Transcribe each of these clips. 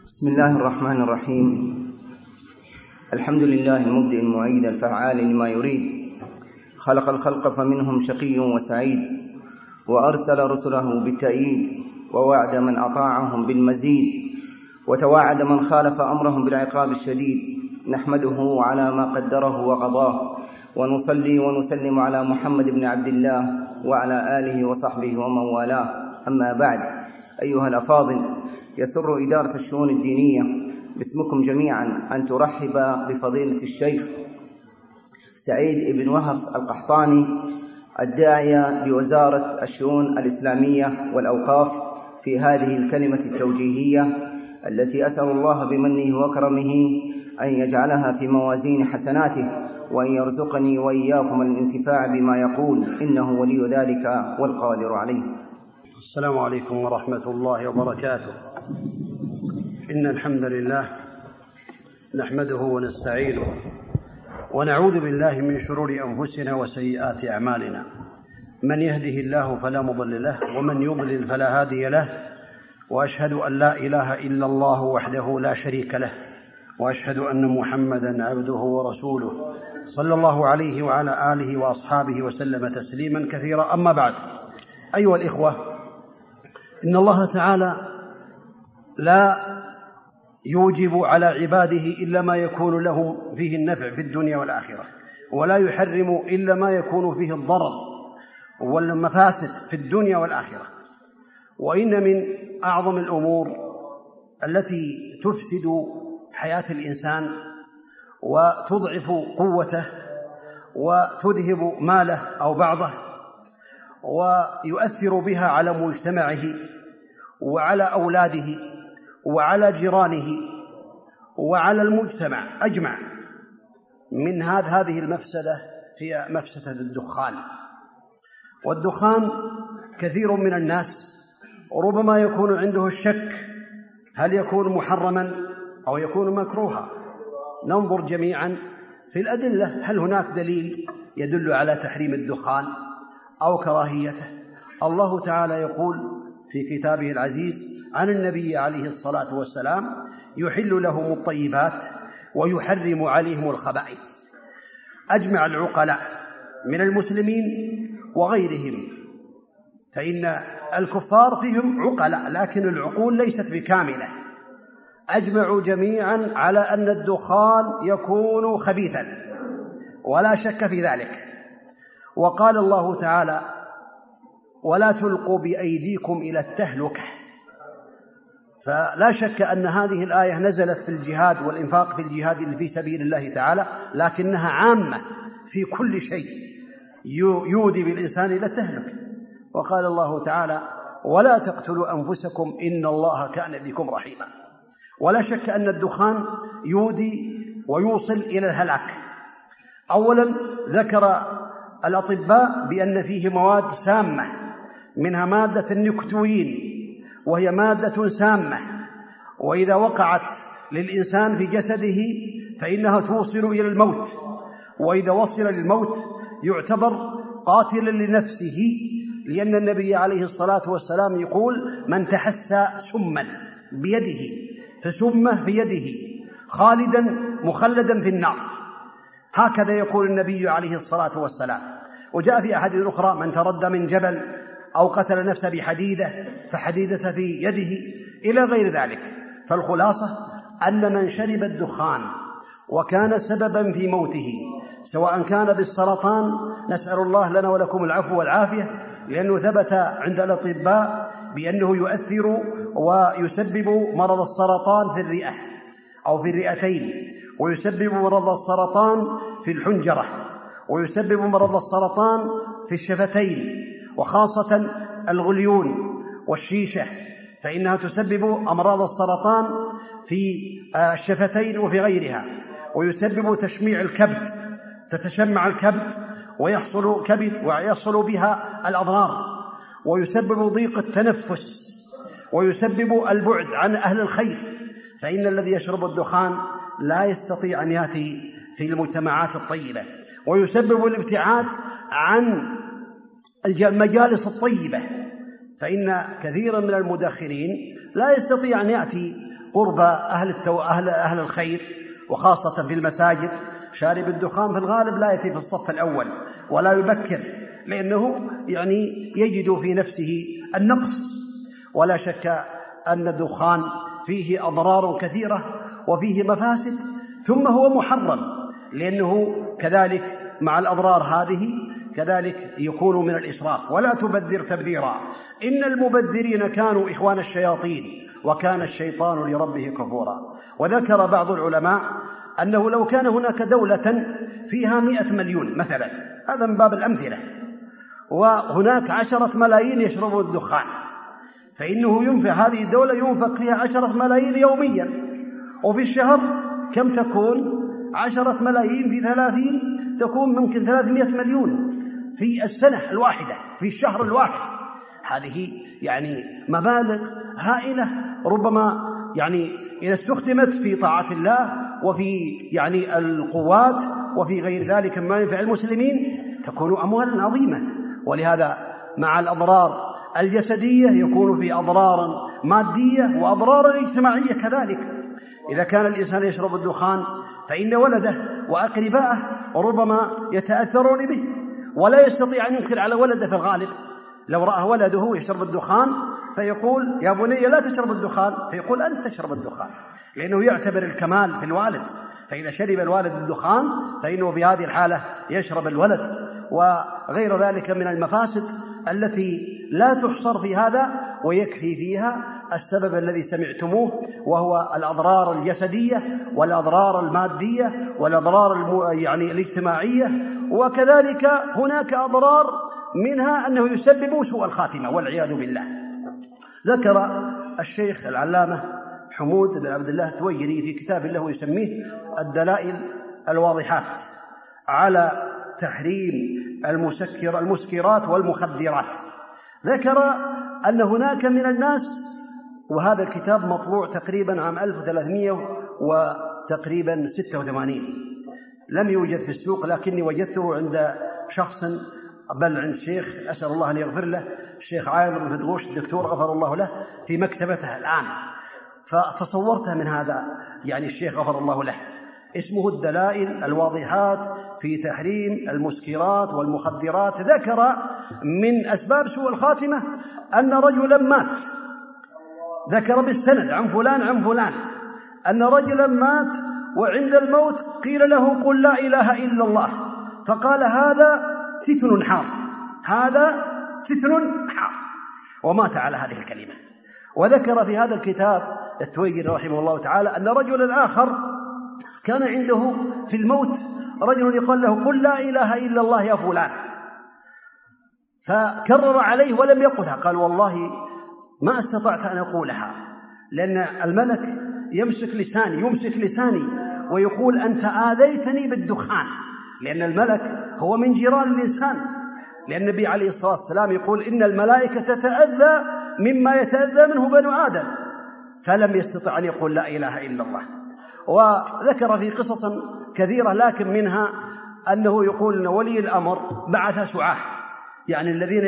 بسم الله الرحمن الرحيم. الحمد لله المبدئ المعيد الفعال لما يريد، خلق الخلق فمنهم شقي وسعيد، وأرسل رسله بالتأييد، ووعد من أطاعهم بالمزيد، وتواعد من خالف أمرهم بالعقاب الشديد. نحمده على ما قدره وقضاه، ونصلي ونسلم على محمد بن عبد الله وعلى آله وصحبه ومن والاه. أما بعد، أيها الأفاضل، يسر إدارة الشؤون الدينية باسمكم جميعا أن ترحب بفضيلة الشيخ سعيد بن وهف القحطاني، الداعية بوزارة الشؤون الإسلامية والأوقاف، في هذه الكلمة التوجيهية التي أسأل الله بمنه وكرمه أن يجعلها في موازين حسناته، وأن يرزقني وإياكم الانتفاع بما يقول، إنه ولي ذلك والقادر عليه. السلام عليكم ورحمة الله وبركاته. إن الحمد لله نحمده ونستعينه ونعوذ بالله من شرور أنفسنا وسيئات أعمالنا، من يهده الله فلا مضل له ومن يضلل فلا هادي له، وأشهد أن لا إله إلا الله وحده لا شريك له، وأشهد أن محمدًا عبده ورسوله صلى الله عليه وعلى آله وأصحابه وسلم تسليمًا كثيرا. أما بعد، أيها الإخوة، إن الله تعالى لا يوجب على عباده إلا ما يكون لهم فيه النفع في الدنيا والآخرة، ولا يحرم إلا ما يكون فيه الضرر والمفاسد في الدنيا والآخرة. وإن من أعظم الأمور التي تفسد حياة الإنسان وتضعف قوته وتذهب ماله أو بعضه، ويؤثر بها على مجتمعه وعلى أولاده وعلى جيرانه وعلى المجتمع أجمع، من هذه المفسدة هي مفسدة الدخان. والدخان كثير من الناس ربما يكون عنده الشك هل يكون محرما أو يكون مكروها. ننظر جميعا في الأدلة، هل هناك دليل يدل على تحريم الدخان أو كراهيته؟ الله تعالى يقول في كتابه العزيز عن النبي عليه الصلاة والسلام: يحل لهم الطيبات ويحرم عليهم الخبائث. أجمع العقلاء من المسلمين وغيرهم، فإن الكفار فيهم عقلاء لكن العقول ليست بكاملة، أجمعوا جميعا على أن الدخان يكون خبيثا ولا شك في ذلك. وقال الله تعالى: ولا تلقوا بأيديكم إلى التهلكة. فلا شك أن هذه الآية نزلت في الجهاد والإنفاق في الجهاد في سبيل الله تعالى، لكنها عامة في كل شيء يودي بالإنسان إلى التهلكة. وقال الله تعالى: ولا تقتلوا أنفسكم إن الله كان بكم رحيما. ولا شك أن الدخان يودي ويوصل إلى الهلاك. أولا، ذكر الأطباء بأن فيه مواد سامة، منها مادة النيكوتين، وهي مادة سامة، وإذا وقعت للإنسان في جسده فإنها توصل إلى الموت، وإذا وصل للموت يعتبر قاتلا لنفسه، لأن النبي عليه الصلاة والسلام يقول: من تحسى سما بيده فسمه في يده خالدا مخلدا في النار. هكذا يقول النبي عليه الصلاة والسلام. وجاء في أحاديث أخرى: من تردى من جبل أو قتل نفسه بحديدة فحديدة في يده، إلى غير ذلك. فالخلاصة أن من شرب الدخان وكان سببا في موته، سواء كان بالسرطان، نسأل الله لنا ولكم العفو والعافية، لأنه ثبت عند الأطباء بأنه يؤثر ويسبب مرض السرطان في الرئة أو في الرئتين، ويسبب مرض السرطان في الحنجرة، ويسبب مرض السرطان في الشفتين، وخاصة الغليون والشيشة، فإنها تسبب أمراض السرطان في الشفتين وفي غيرها. ويسبب تشميع الكبد، تتشمع الكبد ويحصل كبد ويحصل بها الأضرار، ويسبب ضيق التنفس، ويسبب البعد عن أهل الخير، فإن الذي يشرب الدخان لا يستطيع أن يأتي في المجتمعات الطيبة، ويسبب الابتعاد عن المجالس الطيبة، فإن كثيرا من المدخنين لا يستطيع أن يأتي قرب أهل الخير وخاصة في المساجد. شارب الدخان في الغالب لا يأتي في الصف الأول ولا يبكر، لأنه يعني يجد في نفسه النقص. ولا شك أن الدخان فيه أضرار كثيرة وفيه مفاسد، ثم هو محرم، لأنه كذلك مع الأضرار هذه كذلك يكون من الإسراف. ولا تبذر تبذيرا إن المبذرين كانوا إخوان الشياطين وكان الشيطان لربه كفورا. وذكر بعض العلماء أنه لو كان هناك دولة فيها 100 مليون مثلا، هذا من باب الأمثلة، وهناك 10 ملايين يشربوا الدخان، فإنه ينفق هذه الدولة ينفق فيها 10 ملايين يوميا، وفي الشهر كم تكون؟ 10 ملايين في 30 تكون ممكن 300 مليون في السنة الواحدة، في الشهر الواحد. هذه يعني مبالغ هائلة، ربما يعني إذا استخدمت في طاعة الله وفي يعني القوات وفي غير ذلك مما ينفع المسلمين تكون أموال عظيمة. ولهذا مع الأضرار الجسدية يكون في أضرار مادية وأضرار اجتماعية كذلك. إذا كان الإنسان يشرب الدخان فإن ولده وأقربائه ربما يتأثرون به، ولا يستطيع أن ينكر على ولده في الغالب. لو رأى ولده يشرب الدخان فيقول يا بني لا تشرب الدخان، فيقول أنت تشرب الدخان، لأنه يعتبر الكمال في الوالد. فإذا شرب الوالد الدخان فإنه في هذه الحالة يشرب الولد. وغير ذلك من المفاسد التي لا تحصر في هذا، ويكفي فيها السبب الذي سمعتموه، وهو الأضرار الجسدية والأضرار المادية والأضرار يعني الاجتماعية. وكذلك هناك أضرار منها أنه يسبب سوء الخاتمة والعياذ بالله. ذكر الشيخ العلامة حمود بن عبد الله التويجري في كتاب له يسميه الدلائل الواضحات على تحريم المسكرات والمخدرات، ذكر أن هناك من الناس، وهذا الكتاب مطبوع تقريبا عام 1386، لم يوجد في السوق، لكني وجدته عند شخص، بل عند شيخ أسأل الله أن يغفر له، الشيخ عامر بن فتغوش الدكتور غفر الله له، في مكتبته الآن، فتصورته من هذا يعني الشيخ غفر الله له. اسمه الدلائل الواضحات في تحريم المسكرات والمخدرات. ذكر من أسباب سوء الخاتمة أن رجلا مات، ذكر بالسند عن فلان عن فلان أن رجلا مات وعند الموت قيل له قل لا إله إلا الله، فقال هذا فتن حار، هذا فتن حار، ومات على هذه الكلمة. وذكر في هذا الكتاب التويجري رحمه الله تعالى أن رجلا آخر كان عنده في الموت رجل يقول له قل لا إله إلا الله يا فلان، فكرر عليه ولم يقلها، قال والله ما استطعت أن أقولها، لأن الملك يمسك لساني ويقول أنت آذيتني بالدخان، لأن الملك هو من جيران الإنسان، لأن النبي عليه الصلاة والسلام يقول إن الملائكة تتأذى مما يتأذى منه بنو آدم، فلم يستطع أن يقول لا إله إلا الله. وذكر في قصص كثيرة، لكن منها أنه يقول أن ولي الأمر بعث سعاة، يعني الذين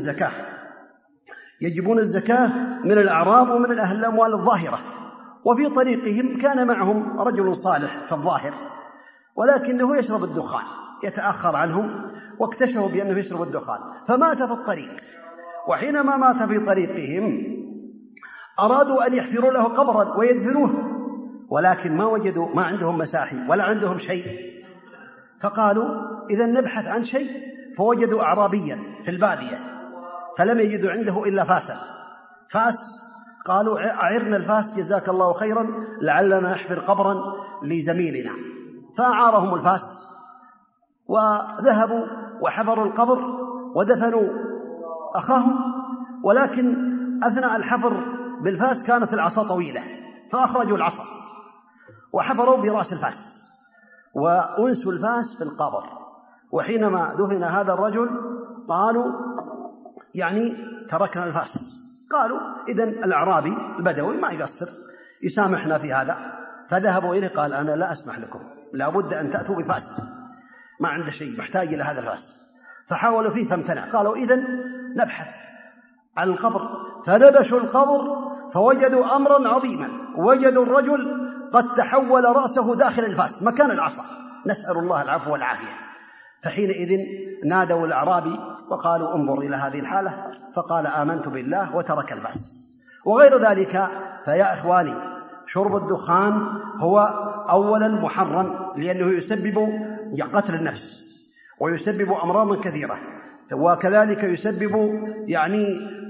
يجبون الزكاة من الأعراب ومن أهل الأموال الظاهرة، وفي طريقهم كان معهم رجل صالح في الظاهر ولكنه يشرب الدخان، يتأخر عنهم، واكتشفوا بأنه يشرب الدخان فمات في الطريق. وحينما مات في طريقهم أرادوا أن يحفروا له قبرا ويدفنوه، ولكن ما وجدوا، ما عندهم مساحي ولا عندهم شيء، فقالوا إذا نبحث عن شيء، فوجدوا أعرابيا في البادية فلم يجدوا عنده إلا فاس، قالوا أعرنا الفاس جزاك الله خيرا لعلنا نحفر قبرا لزميلنا، فأعارهم الفاس وذهبوا وحفروا القبر ودفنوا أخاهم. ولكن أثناء الحفر بالفاس كانت العصا طويلة، فأخرجوا العصا وحفروا برأس الفاس وأنسوا الفاس في القبر. وحينما دفن هذا الرجل قالوا يعني تركنا الفاس، قالوا إذن الأعرابي البدوي ما يقصر يسامحنا في هذا، فذهبوا إليه قال أنا لا أسمح لكم، لابد أن تأتوا بفاس، ما عنده شيء محتاج إلى هذا الفاس. فحاولوا فيه فامتنع، قالوا إذن نبحث عن القبر، فنبشوا القبر فوجدوا أمرا عظيما، وجدوا الرجل قد تحول رأسه داخل الفاس مكان العصا، نسأل الله العفو والعافية. فحينئذ نادوا الأعرابي وقالوا انظر إلى هذه الحالة، فقال آمنت بالله وترك الفاس وغير ذلك. فيا إخواني، شرب الدخان هو أولا محرم لأنه يسبب قتل النفس ويسبب أمراض كثيرة، وكذلك يسبب يعني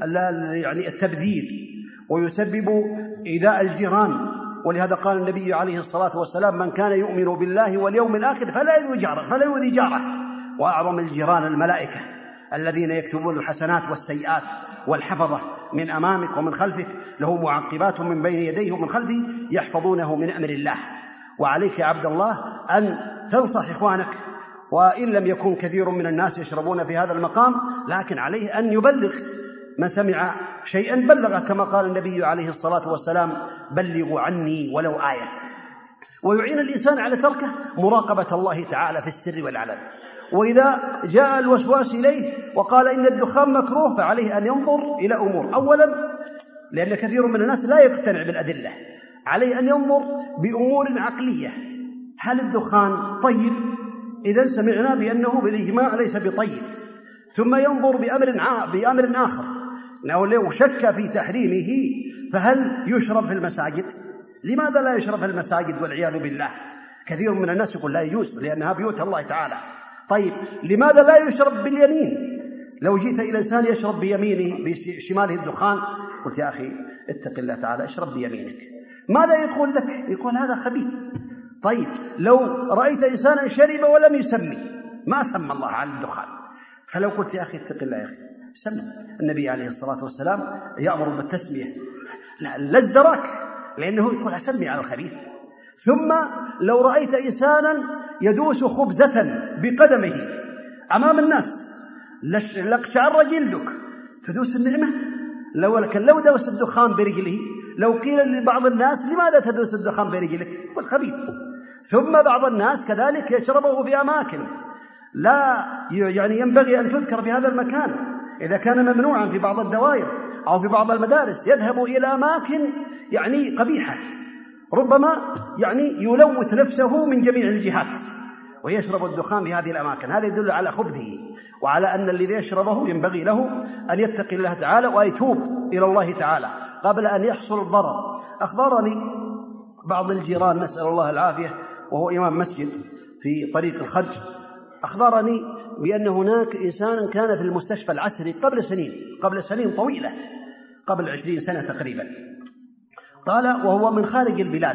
التبذير ويسبب إيذاء الجيران. ولهذا قال النبي عليه الصلاة والسلام من كان يؤمن بالله واليوم الآخر فلا يؤذي جاره. وأعظم الجيران الملائكة الذين يكتبون الحسنات والسيئات، والحفظة من أمامك ومن خلفك، له معقبات من بين يديه ومن خلفه يحفظونه من أمر الله. وعليك يا عبد الله أن تنصح إخوانك، وإن لم يكن كثير من الناس يشربون في هذا المقام، لكن عليه أن يبلغ من سمع شيئا بلغه، كما قال النبي عليه الصلاة والسلام بلغوا عني ولو آية. ويعين الإنسان على تركه مراقبة الله تعالى في السر والعلن. وإذا جاء الوسواس إليه وقال إن الدخان مكروه، فعليه أن ينظر إلى أمور. أولا لأن كثير من الناس لا يقتنع بالأدلة، عليه أن ينظر بأمور عقلية. هل الدخان طيب؟ إذا سمعنا بأنه بالإجماع ليس بطيب. ثم ينظر بأمر آخر، أنه لو شك في تحريمه فهل يشرب في المساجد؟ لماذا لا يشرب في المساجد والعياذ بالله؟ كثير من الناس يقول لا يجوز لأنها بيوت الله تعالى. طيب لماذا لا يشرب باليمين؟ لو جيت إلى إنسان يشرب بيمينه بشماله الدخان، قلت يا أخي اتق الله تعالى اشرب بيمينك، ماذا يقول لك؟ يقول هذا خبيث. طيب لو رأيت إنسانا شرب ولم يسمي، ما سمى الله على الدخان، فلو قلت يا أخي اتق الله يا أخي سمي، النبي عليه الصلاة والسلام يأمر بالتسمية، لا ازدراك، لأنه يقول أسمي على الخبيث. ثم لو رأيت إنسانا يدوس خبزة بقدمه أمام الناس لقشعر جلدك، تدوس النعمة. لو دوس الدخان برجله، لو قيل لبعض الناس لماذا تدوس الدخان برجلك؟ يقول خبيث. ثم بعض الناس كذلك يشربه في أماكن لا ينبغي أن تذكر في هذا المكان، إذا كان ممنوعا في بعض الدوائر أو في بعض المدارس، يذهب إلى أماكن قبيحة، ربما يلوث نفسه من جميع الجهات ويشرب الدخان في هذه الأماكن. هذا يدل على خبثه، وعلى أن الذي يشربه ينبغي له أن يتقي الله تعالى ويتوب إلى الله تعالى قبل أن يحصل الضرر. أخبرني بعض الجيران نسأل الله العافية، وهو إمام مسجد في طريق الخج، أخبرني بأن هناك إنسان كان في المستشفى العسري قبل سنين طويلة، قبل 20 سنة تقريبا، قال وهو من خارج البلاد،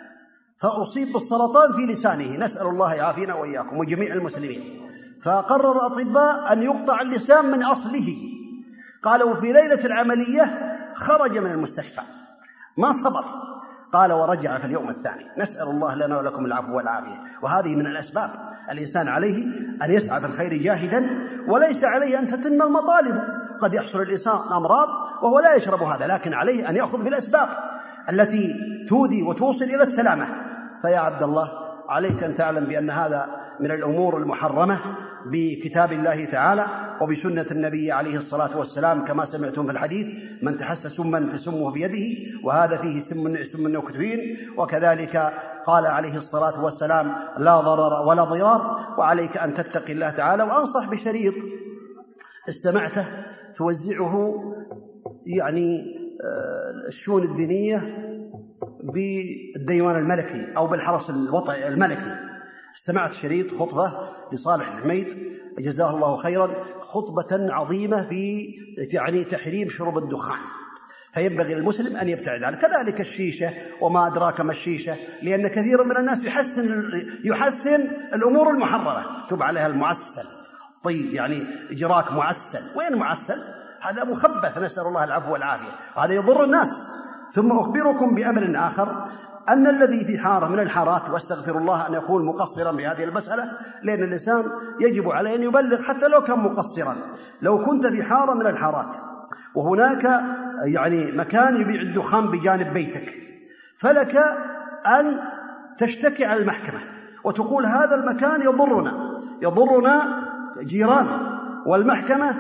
فأصيب بالسرطان في لسانه، نسأل الله يعافينا وإياكم وجميع المسلمين. فقرر الأطباء أن يقطع اللسان من أصله. قالوا في ليلة العملية خرج من المستشفى، ما صبر، قال ورجع في اليوم الثاني. نسأل الله لنا ولكم العفو والعافية. وهذه من الأسباب، الإنسان عليه أن يسعى في الخير جاهدا، وليس عليه أن تتم المطالب. قد يحصل الإنسان أمراض وهو لا يشرب هذا، لكن عليه أن يأخذ بالأسباب التي تودي وتوصل إلى السلامة. فيا عبد الله عليك أن تعلم بأن هذا من الأمور المحرمة بكتاب الله تعالى وبسنة النبي عليه الصلاة والسلام، كما سمعتم في الحديث من تحس سما فسمه بيده، وهذا فيه سم النكتين. وكذلك قال عليه الصلاة والسلام لا ضرر ولا ضرار، وعليك أن تتقي الله تعالى. وأنصح بشريط استمعته توزعه الشؤون الدينية بالديوان الملكي أو بالحرس الملكي. استمعت شريط خطبة لصالح الحميد جزاه الله خيرا، خطبة عظيمة في تحريم شرب الدخان، فينبغي للمسلم أن يبتعد عنه. كذلك الشيشة، وما أدراك ما الشيشة، لأن كثير من الناس يحسن الأمور المحرمة، تب عليها المعسل، طيب إجراك معسل، وين معسل؟ هذا مخبث، نسأل الله العفو والعافية، هذا يضر الناس. ثم أخبركم بأمر آخر، أن الذي في حارة من الحارات، واستغفر الله أن يكون مقصرا بهذه المسألة، لأن الإنسان يجب عليه أن يبلغ حتى لو كان مقصرا. لو كنت في حارة من الحارات وهناك مكان يبيع الدخان بجانب بيتك، فلك أن تشتكي على المحكمة وتقول هذا المكان يضرنا جيران، والمحكمة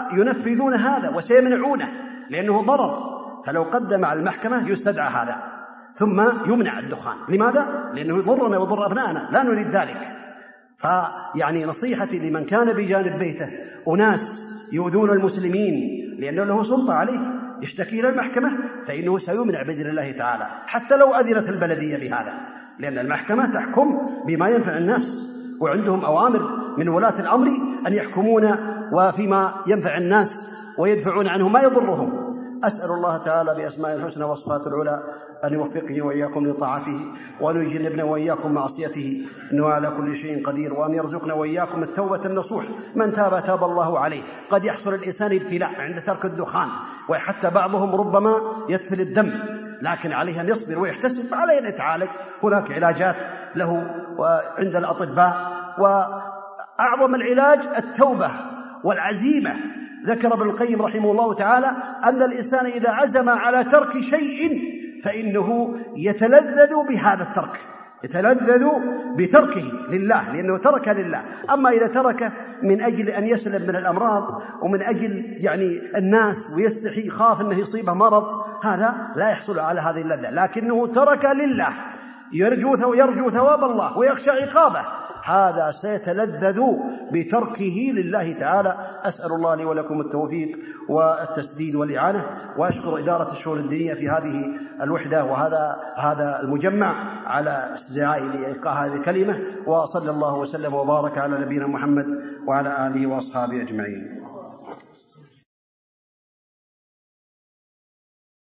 سينفذون هذا وسيمنعونه لأنه ضرر. فلو قدم على المحكمة يستدعى هذا، ثم يمنع الدخان. لماذا؟ لأنه يضرنا ويضر أبنائنا، لا نريد ذلك. فيعني نصيحتي لمن كان بجانب بيته أناس يؤذون المسلمين لأنه له سلطة عليه، يشتكي إلى المحكمة، فإنه سيمنع بإذن الله تعالى، حتى لو أذنت البلدية بهذا، لأن المحكمة تحكم بما ينفع الناس، وعندهم أوامر من ولاة الأمر أن يحكمون وفيما ينفع الناس ويدفعون عنه ما يضرهم. أسأل الله تعالى بأسماء الحسنى وصفات العلى أن يوفقني وإياكم لطاعته، وأن يجنبنا وإياكم معصيته، إنه على كل شيء قدير، وأن يرزقنا وإياكم التوبة النصوح. من تاب تاب الله عليه. قد يحصل الإنسان ابتلاء عند ترك الدخان، وحتى بعضهم ربما يتفل الدم، لكن عليه أن يصبر ويحتسب، عليه أن يتعالج. هناك علاجات له وعند الأطباء، وأعظم العلاج التوبة والعزيمة. ذكر ابن القيم رحمه الله تعالى أن الإنسان إذا عزم على ترك شيء فإنه يتلذذ بهذا الترك، يتلذذ بتركه لله، لأنه ترك لله. أما إذا ترك من أجل أن يسلم من الأمراض ومن أجل يعني الناس ويستحي يخاف أنه يصيبه مرض، هذا لا يحصل على هذه اللذة، لكنه ترك لله، يرجو ثواب الله ويخشى عقابه، هذا سيتلذذ بتركه لله تعالى. أسأل الله لي ولكم التوفيق والتسديد والإعانة، وأشكر إدارة الشؤون الدينية في هذه الوحدة وهذا المجمع على استدعائي لإلقاء هذه الكلمة. وصلى الله وسلم وبارك على نبينا محمد وعلى آله وأصحابه أجمعين.